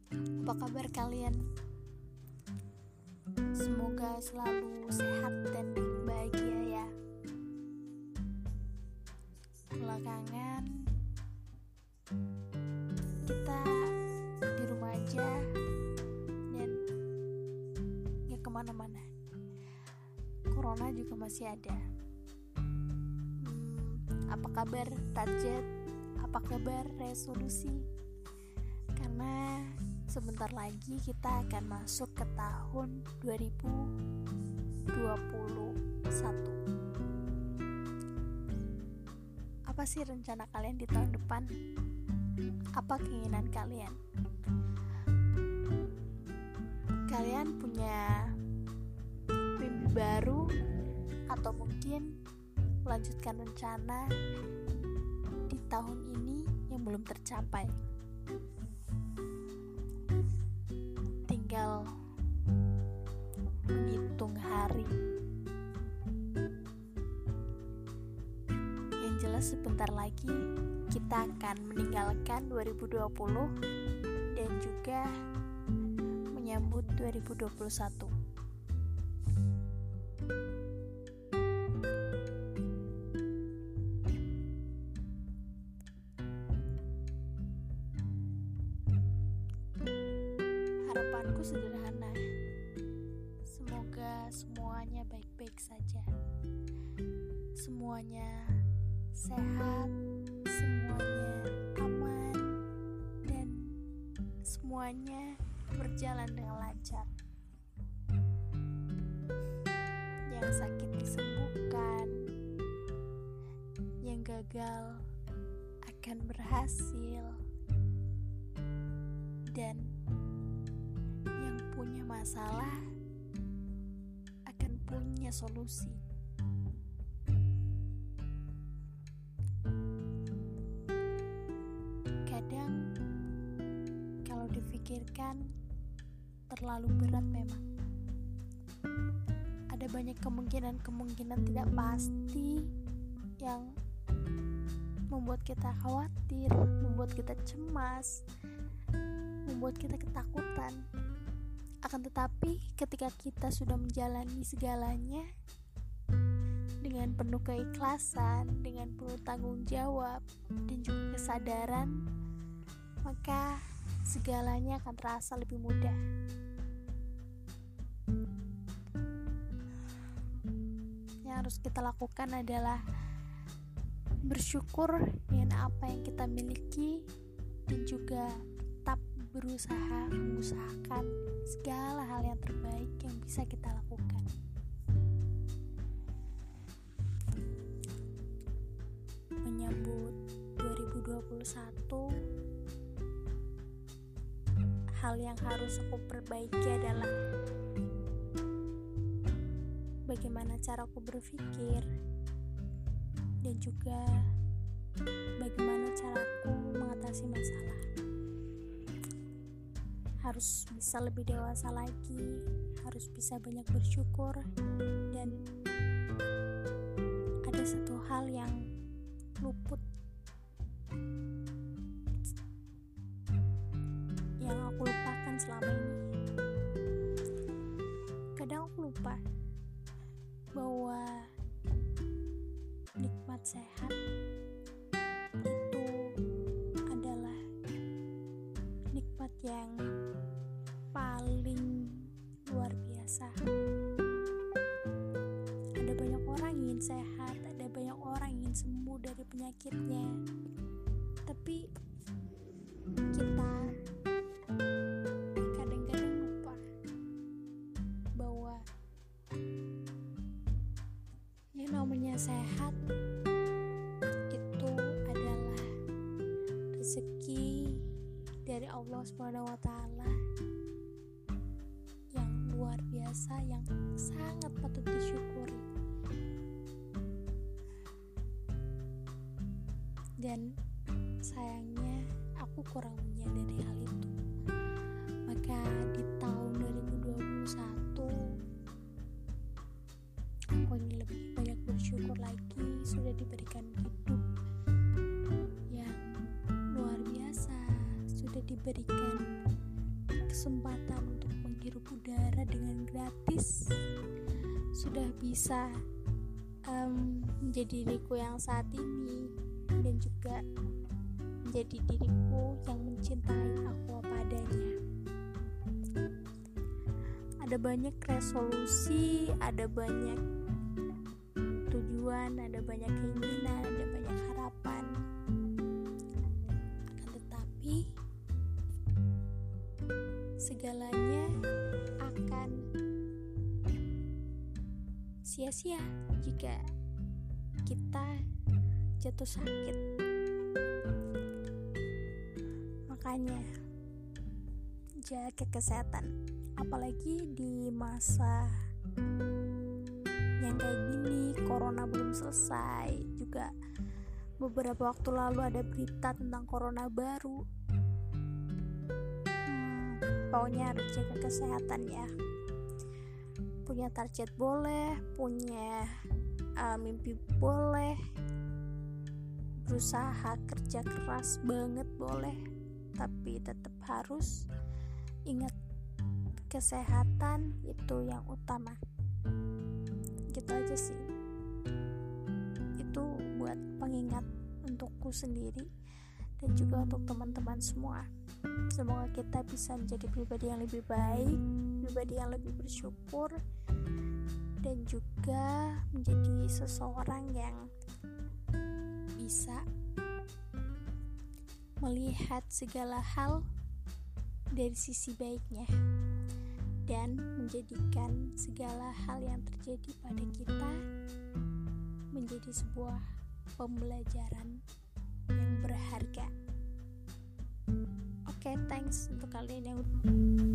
Apa kabar kalian? Semoga selalu sehat dan bahagia ya. Belakangan kita di rumah aja dan gak kemana-mana. Corona juga masih ada. Apa kabar target? Apa kabar resolusi? Karena sebentar lagi kita akan masuk ke tahun 2021. Apa sih rencana kalian di tahun depan? Apa keinginan kalian? Kalian punya mimpi baru atau mungkin melanjutkan rencana di tahun ini yang belum tercapai? Tinggal menghitung hari. Yang jelas sebentar lagi kita akan meninggalkan 2020 dan juga menyambut 2021. Harapanku sederhana, semoga semuanya baik-baik saja, semuanya sehat, semuanya aman, dan semuanya berjalan dengan lancar. Yang sakit disembuhkan, yang gagal akan berhasil, dan yang punya masalah akan punya solusi. Kadang kalau dipikirkan terlalu berat memang. Ada banyak kemungkinan tidak pasti yang membuat kita khawatir, membuat kita cemas, membuat kita ketakutan. Akan tetapi ketika kita sudah menjalani segalanya dengan penuh keikhlasan, dengan penuh tanggung jawab dan juga kesadaran, maka segalanya akan terasa lebih mudah. Yang harus kita lakukan adalah bersyukur dengan apa yang kita miliki dan juga tetap berusaha mengusahakan segala hal yang terbaik yang bisa kita lakukan. Menyambut 2021, hal yang harus aku perbaiki adalah bagaimana cara aku berpikir dan juga bagaimana cara aku mengatasi masalah. Harus bisa lebih dewasa lagi, harus bisa banyak bersyukur, dan ada satu hal yang luput yang aku lupakan selama ini. Kadang aku lupa bahwa nikmat sehat itu adalah nikmat yang paling luar biasa. Ada banyak orang ingin sehat, ada banyak orang ingin sembuh dari penyakitnya, tapi kita kadang-kadang lupa bahwa yang namanya sehat itu adalah rezeki dari Allah SWT yang luar biasa, yang sangat patut disyukuri. Dan sayangnya aku kurang menyadari hal itu. Maka di tahun 2021 aku ingin lebih banyak bersyukur lagi sudah diberikan hidup yang luar biasa, sudah diberikan kesempatan untuk menghirup udara dengan gratis, sudah bisa menjadi diriku yang saat ini, dan juga menjadi diriku yang mencintai aku apa adanya. Ada banyak resolusi, ada banyak tujuan, ada banyak keinginan, ada banyak harapan. Tetapi segalanya akan sia-sia jika kita jatuh sakit. Makanya jaga kesehatan, apalagi di masa yang kayak gini. Corona belum selesai juga. Beberapa waktu lalu ada berita tentang corona baru. Pokoknya harus jaga kesehatan ya. Punya target boleh, punya mimpi boleh, berusaha kerja keras banget boleh, tapi tetap harus ingat kesehatan itu yang utama. Gitu aja sih. Itu buat pengingat untukku sendiri dan juga untuk teman-teman semua. Semoga kita bisa menjadi pribadi yang lebih baik, pribadi yang lebih bersyukur, dan juga menjadi seseorang yang bisa melihat segala hal dari sisi baiknya dan menjadikan segala hal yang terjadi pada kita menjadi sebuah pembelajaran yang berharga. Oke, thanks untuk kalian yang